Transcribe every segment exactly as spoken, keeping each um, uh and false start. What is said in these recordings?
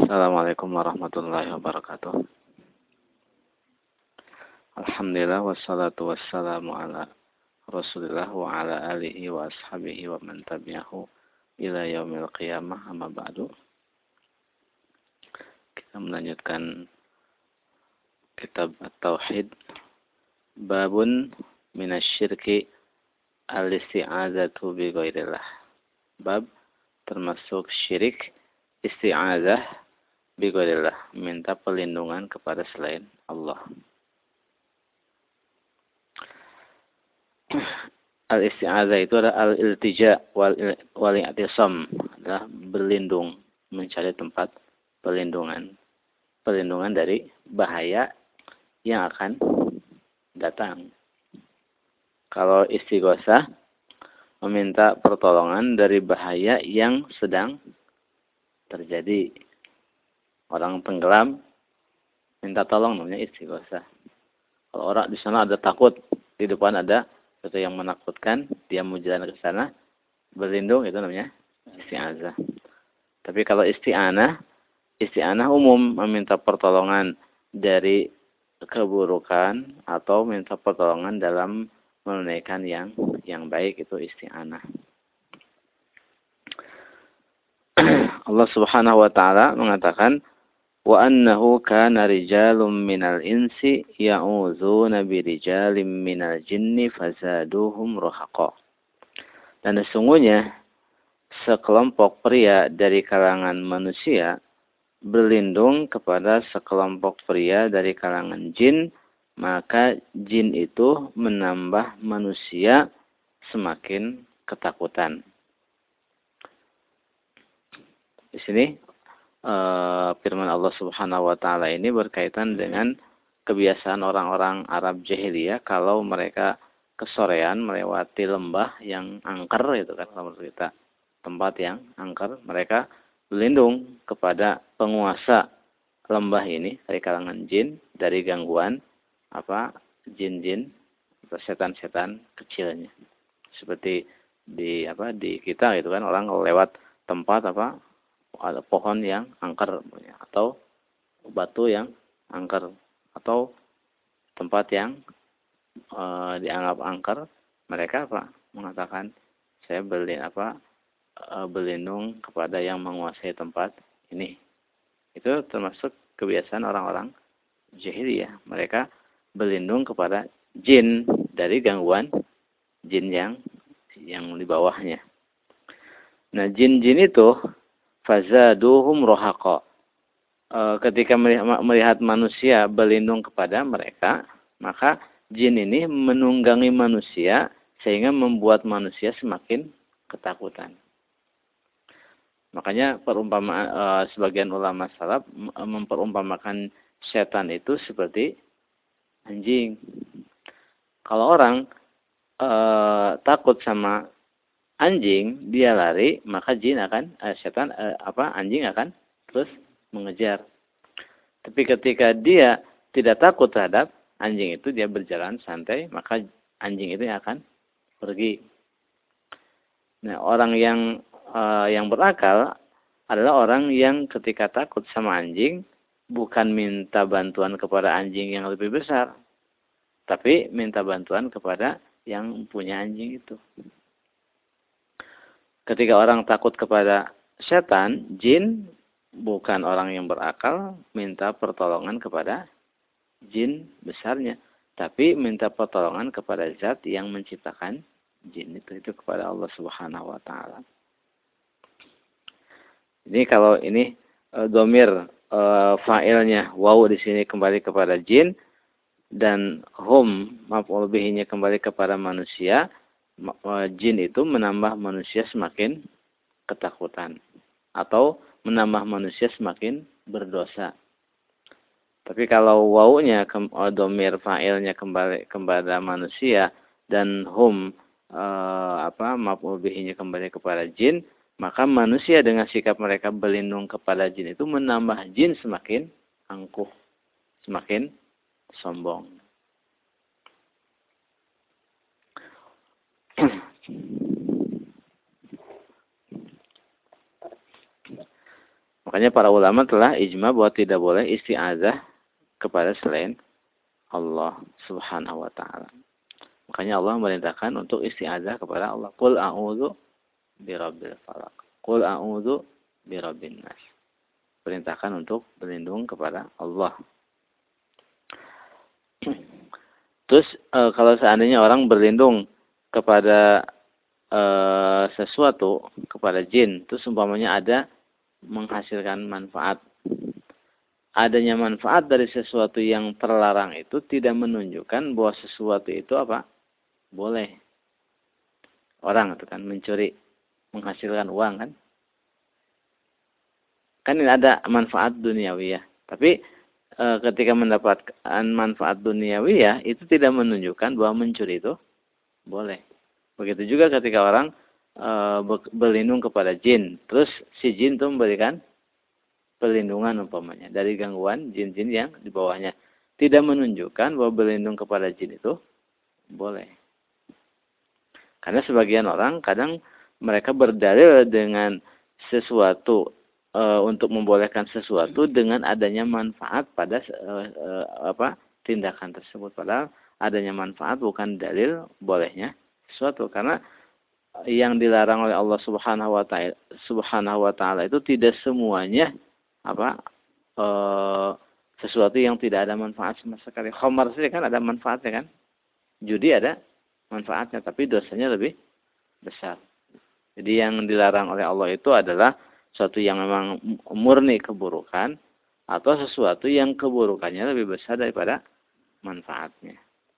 Assalamualaikum warahmatullahi wabarakatuh. Alhamdulillah wassalatu wassalamu ala Rasulillah wa ala alihi wa ashabihi wa man tabi'ahu ila yaumil qiyamah, amma ba'du. Kita melanjutkan kitab At-Tauhid, babun minasyirki al-isti'azatu bi ghairillah. Bab termasuk syirik isti'azah bi ghairillah, minta perlindungan kepada selain Allah. Al-isti'azah itu adalah al-iltija wal i'tisam, adalah berlindung, mencari tempat perlindungan. Perlindungan dari bahaya yang akan datang. Kalau istighosah, meminta pertolongan dari bahaya yang sedang terjadi. Orang tenggelam, minta tolong, namanya istighosah. Kalau orang di sana ada takut, di depan ada sesuatu yang menakutkan, dia mau jalan ke sana, berlindung, itu namanya isti'azah. Tapi kalau isti'anah, isti'anah umum, meminta pertolongan dari keburukan atau minta pertolongan dalam menunaikan yang yang baik, itu isti'anah. Allah Subhanahu wa taala mengatakan, wa annahu kana rijalun minal insi ya'uzuna birijalin minal jinni fazaduhum rahaqa. Dan sesungguhnya sekelompok pria dari kalangan manusia berlindung kepada sekelompok pria dari kalangan jin, maka jin itu menambah manusia semakin ketakutan. Di sini uh, firman Allah Subhanahu wa taala ini berkaitan dengan kebiasaan orang-orang Arab jahiliyah kalau mereka kesorean melewati lembah yang angker, itu kan, kalau kita tempat yang angker, mereka berlindung kepada penguasa lembah ini dari kalangan jin, dari gangguan apa jin-jin atau setan-setan kecilnya. Seperti di apa di kita, gitu kan, orang kalau lewat tempat apa ada pohon yang angker atau batu yang angker atau tempat yang e, dianggap angker, mereka apa mengatakan, saya berlindung apa e, berlindung kepada yang menguasai tempat ini. Itu termasuk kebiasaan orang-orang jahiliyah. Mereka berlindung kepada jin dari gangguan jin yang yang di bawahnya. Nah, jin-jin itu fazaduhum rohaqa. E, ketika melihat manusia berlindung kepada mereka, maka jin ini menunggangi manusia sehingga membuat manusia semakin ketakutan. Makanya perumpamaan e, sebagian ulama salaf memperumpamakan setan itu seperti anjing. Kalau orang e, takut sama anjing, dia lari, maka jin akan eh, setan eh, apa anjing akan terus mengejar. Tapi ketika dia tidak takut terhadap anjing itu, dia berjalan santai, maka anjing itu akan pergi. Nah, orang yang eh, yang berakal adalah orang yang ketika takut sama anjing bukan minta bantuan kepada anjing yang lebih besar, tapi minta bantuan kepada yang punya anjing itu. Ketika orang takut kepada setan, jin, bukan orang yang berakal, minta pertolongan kepada jin besarnya. Tapi minta pertolongan kepada zat yang menciptakan jin itu, itu kepada Allah Subhanahu wa taala. Ini kalau ini e, domir e, fa'ilnya waw di sini kembali kepada jin, dan hum maf'ul bihi-nya kembali kepada manusia. Jin itu menambah manusia semakin ketakutan atau menambah manusia semakin berdosa. Tapi kalau wawunya domir fa'ilnya kembali kepada manusia dan hum e, apa maf'ul bihi-nya kembali kepada jin, maka manusia dengan sikap mereka berlindung kepada jin itu menambah jin semakin angkuh, semakin sombong. Makanya para ulama telah ijma bahwa tidak boleh isti'adzah kepada selain Allah Subhanahu wa taala. Makanya Allah memerintahkan untuk isti'adzah kepada Allah. Qul a'udzu birabbil falaq. Qul a'udzu birabbin nas. Perintahkan untuk berlindung kepada Allah. Terus e, kalau seandainya orang berlindung kepada e, sesuatu, kepada jin, terus umpamanya ada menghasilkan manfaat. Adanya manfaat dari sesuatu yang terlarang itu tidak menunjukkan bahwa sesuatu itu apa? Boleh. Orang itu kan mencuri, menghasilkan uang kan? Kan ini ada manfaat duniawi ya. Tapi e, ketika mendapatkan manfaat duniawi ya, itu tidak menunjukkan bahwa mencuri itu boleh. Begitu juga ketika orang e, berlindung kepada jin, terus si jin itu memberikan perlindungan umpamanya dari gangguan jin-jin yang di bawahnya. Tidak menunjukkan bahwa berlindung kepada jin itu boleh. Karena sebagian orang kadang mereka berdalil dengan sesuatu e, untuk membolehkan sesuatu dengan adanya manfaat pada e, e, apa tindakan tersebut. Padahal adanya manfaat bukan dalil bolehnya sesuatu. Karena yang dilarang oleh Allah Subhanahu wa taala Subhanahu wa taala itu tidak semuanya apa e, sesuatu yang tidak ada manfaat sama sekali. Khamar saja kan ada manfaatnya kan? Judi ada manfaatnya, tapi dosanya lebih besar. Jadi yang dilarang oleh Allah itu adalah sesuatu yang memang murni keburukan atau sesuatu yang keburukannya lebih besar daripada manfaatnya.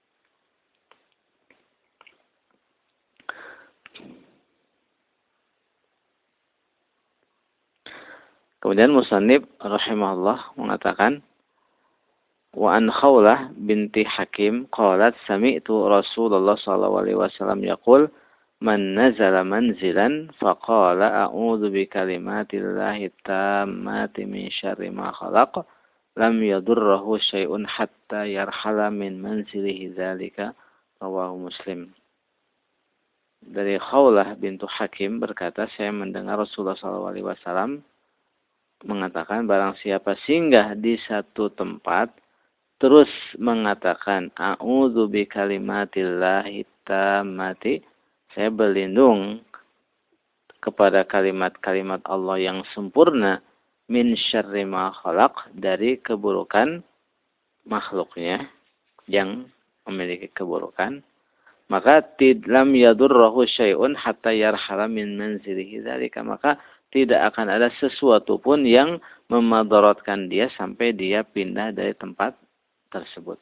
Kemudian musannif rahimahullah mengatakan wa an Khawlah binti Hakim qalat sami'tu Rasulullah sallallahu alaihi wasallam yaqul man nazala manzilan faqala a'udzu bikalimatillahi tammati min syarri ma khalaq lam yadurruhu syai'un hatta yarhala min manzilihi dzalika rawahu Muslim. Dari Khawlah bintu Hakim berkata, saya mendengar Rasulullah sallallahu alaihi wasallam mengatakan barang siapa singgah di satu tempat terus mengatakan a'udzu bikalimatillahi tammati, saya berlindung kepada kalimat-kalimat Allah yang sempurna min syarri ma khalaq, dari keburukan makhluknya yang memiliki keburukan, maka tidlam yadurruhu syai'un hatta yarhala min manzilihi dzalika, maka tidak akan ada sesuatu pun yang memadaratkan dia sampai dia pindah dari tempat tersebut.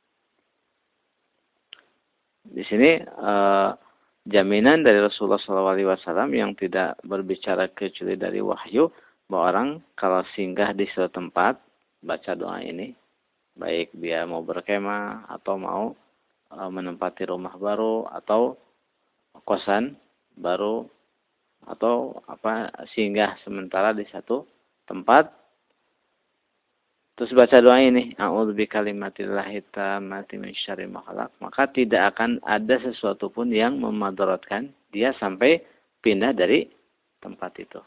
Di sini eh, jaminan dari Rasulullah shallallahu alaihi wasallam yang tidak berbicara kecuali dari wahyu, bahwa orang kalau singgah di suatu tempat baca doa ini, baik dia mau berkemah atau mau e, menempati rumah baru atau kosan baru atau apa singgah sementara di satu tempat, terus baca doa ini a'udzu bikalimatillahi tammati min syarri ma khalaq, maka tidak akan ada sesuatu pun yang memadaratkan dia sampai pindah dari tempat itu.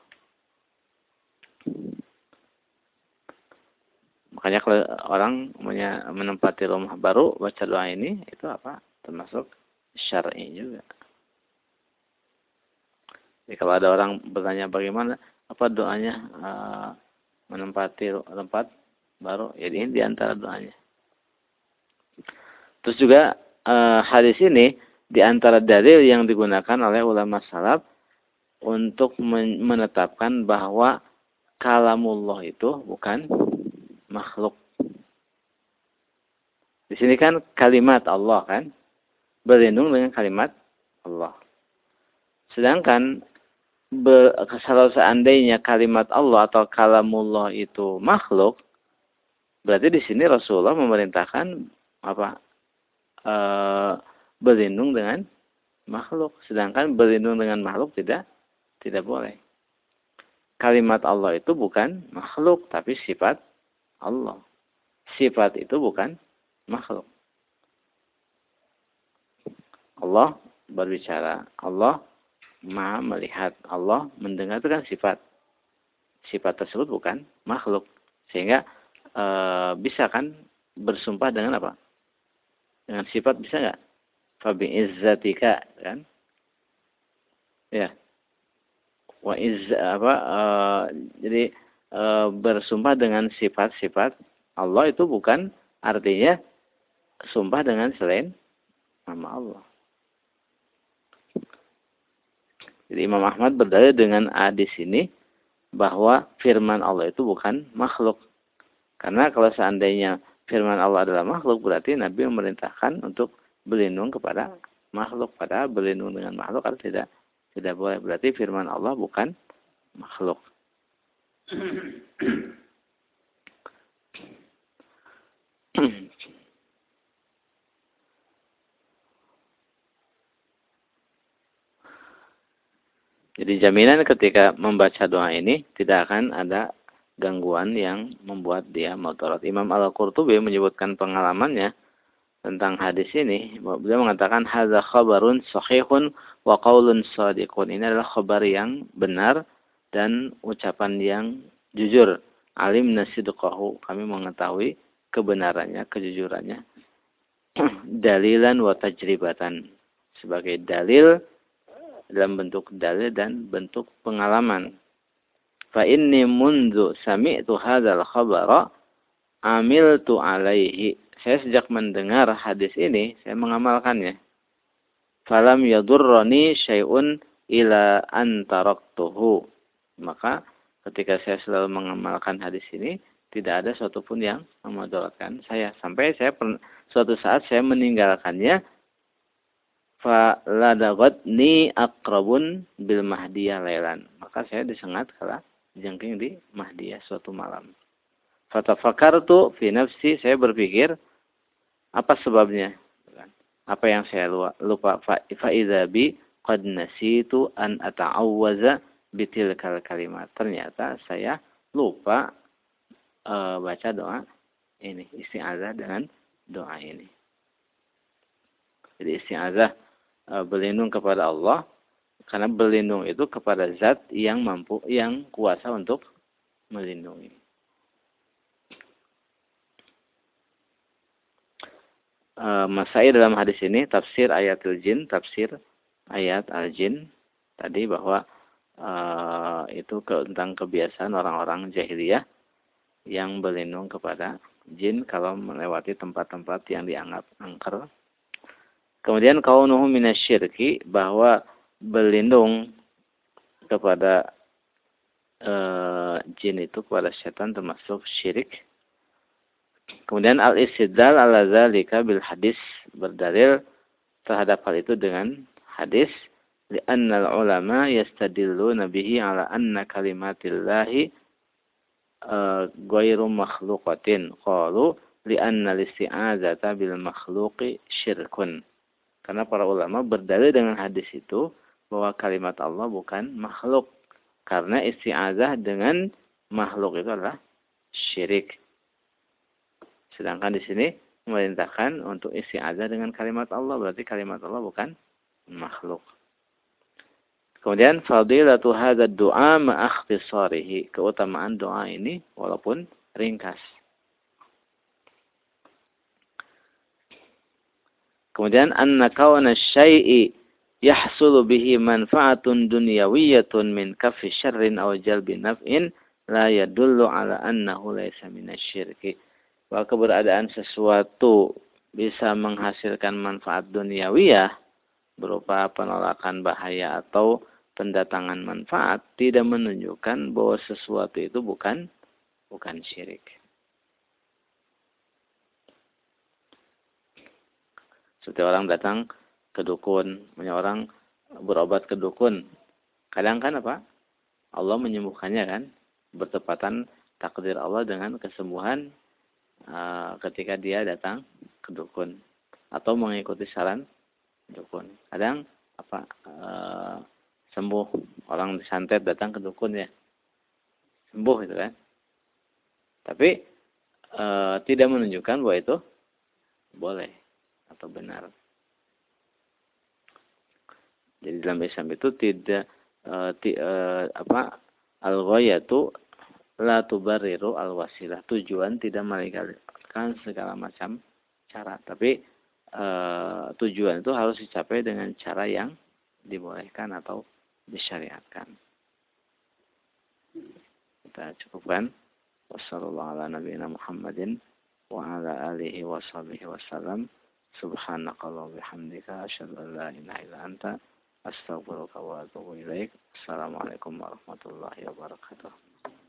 Makanya kalau orang menempati rumah baru baca doa ini, itu apa? Termasuk syar'i juga. Jadi kalau ada orang bertanya bagaimana, apa doanya uh, menempati tempat baru, ya ini diantara doanya. Terus juga uh, hadis ini diantara dalil yang digunakan oleh ulama salaf untuk menetapkan bahwa kalamullah itu bukan makhluk. Di sini kan kalimat Allah kan, berlindung dengan kalimat Allah. Sedangkan Be, kalau seandainya kalimat Allah atau kalamullah itu makhluk, berarti di sini Rasulullah memerintahkan apa? E, berlindung dengan makhluk. Sedangkan berlindung dengan makhluk tidak tidak boleh. Kalimat Allah itu bukan makhluk, tapi sifat Allah. Sifat itu bukan makhluk. Allah berbicara, Allah Maha melihat, Allah mendengar, itu kan sifat. sifat tersebut bukan makhluk. Sehingga e, bisa kan bersumpah dengan apa? Dengan sifat bisa nggak? Fabi izzatika kan? Ya. Wa iz apa? E, jadi e, bersumpah dengan sifat-sifat Allah itu bukan artinya sumpah dengan selain nama Allah. Jadi Imam Ahmad berdalil dengan hadis ini bahwa firman Allah itu bukan makhluk. Karena kalau seandainya firman Allah adalah makhluk, berarti Nabi memerintahkan untuk berlindung kepada makhluk. Padahal berlindung dengan makhluk kan tidak tidak boleh. Berarti firman Allah bukan makhluk. Jadi jaminan ketika membaca doa ini tidak akan ada gangguan yang membuat dia mudarat. Imam Al-Qurtubi menyebutkan pengalamannya tentang hadis ini. Beliau mengatakan hadza khabarun sahihun wa qaulun shadiqun. Ini adalah khabar yang benar dan ucapan yang jujur. Alim nasidqahu. Kami mengetahui kebenarannya, kejujurannya. Dalilan wa tajribatan. Sebagai dalil dalam bentuk dalil dan bentuk pengalaman. Fa inni mundu sami'tu hadzal khabara amiltu alaihi. Saya sejak mendengar hadis ini, saya mengamalkannya. Falam yadurrani syai'un ila an taraktuhu. Maka ketika saya selalu mengamalkan hadis ini, tidak ada suatu pun yang memudaratkan saya. Sampai saya suatu saat saya meninggalkannya. Fa ladagatni aqrabun bil mahdiyah lailan. Maka saya disengat kala jengking di Mahdiyah suatu malam. Fatafakartu fi nafsi, saya berpikir apa sebabnya? Apa yang saya lupa? Fa idza bi qad nasitu an ata'awwaza bitilkal kalimat. Ternyata saya lupa e, baca doa ini, isti'adzah dengan doa ini. Jadi isti'adzah e, berlindung kepada Allah, karena berlindung itu kepada zat yang mampu, yang kuasa untuk melindungi. E, Masai dalam hadis ini, tafsir ayatul jin, tafsir ayat al-jin, tadi bahwa e, itu ke, tentang kebiasaan orang-orang jahiliyah yang berlindung kepada jin kalau melewati tempat-tempat yang dianggap angker. Kemudian kaunuhu minasyirki, bahwa berlindung kepada e, jin itu, kepada setan, termasuk syirik. Kemudian al-istidlal ala zalika bil hadis, berdalil terhadap hal itu dengan hadis. Li'anna al-ulama yastadilluna bihi ala anna kalimatillahi ghairu makhluqatin. Qalu li'anna al-isti'adzata bil makhluqi syirkun. Karena para ulama berdalil dengan hadis itu bahwa kalimat Allah bukan makhluk. Karena isti'adzah dengan makhluk itu adalah syirik. Sedangkan di sini memerintahkan untuk isti'adzah dengan kalimat Allah, berarti kalimat Allah bukan makhluk. Kemudian fadilatu hadzal du'a ma ikhtisarihi, keutamaan doa ini walaupun ringkas. Kemudian anna kawana syai'i yahsulu bihi manfa'atun dunyawiyyatun min kaffi syarrin aw jalbi naf'in la yadullu ala annahu laysa minasyirki. Bahwa keberadaan sesuatu bisa menghasilkan manfaat duniawiyah berupa penolakan bahaya atau pendatangan manfaat tidak menunjukkan bahwa sesuatu itu bukan bukan syirik. Seperti orang datang ke dukun, banyak orang berobat ke dukun. Kadang kan apa? Allah menyembuhkannya kan, bertepatan takdir Allah dengan kesembuhan uh, ketika dia datang ke dukun atau mengikuti saran dukun. Kadang apa? Uh, sembuh, orang disantet datang ke dukun ya, sembuh itu kan. Tapi uh, tidak menunjukkan bahwa itu boleh atau benar. Jadi dalam Islam itu tidak uh, ti, uh, apa al-ghayatu La tubarriru al-wasilah. Tujuan tidak melegalkan segala macam cara. Tapi e, tujuan itu harus dicapai dengan cara yang dibolehkan atau disyariatkan. Kita cukupkan. Wassalamualaikum warahmatullahi wabarakatuh. Wa ala alihi wa sahbihi wasallam. Subhanakallah bihamdika. Asyhadu an la ilaha illa anta. Astaghfiruka wa atubu ilaik. Assalamualaikum warahmatullahi wabarakatuh.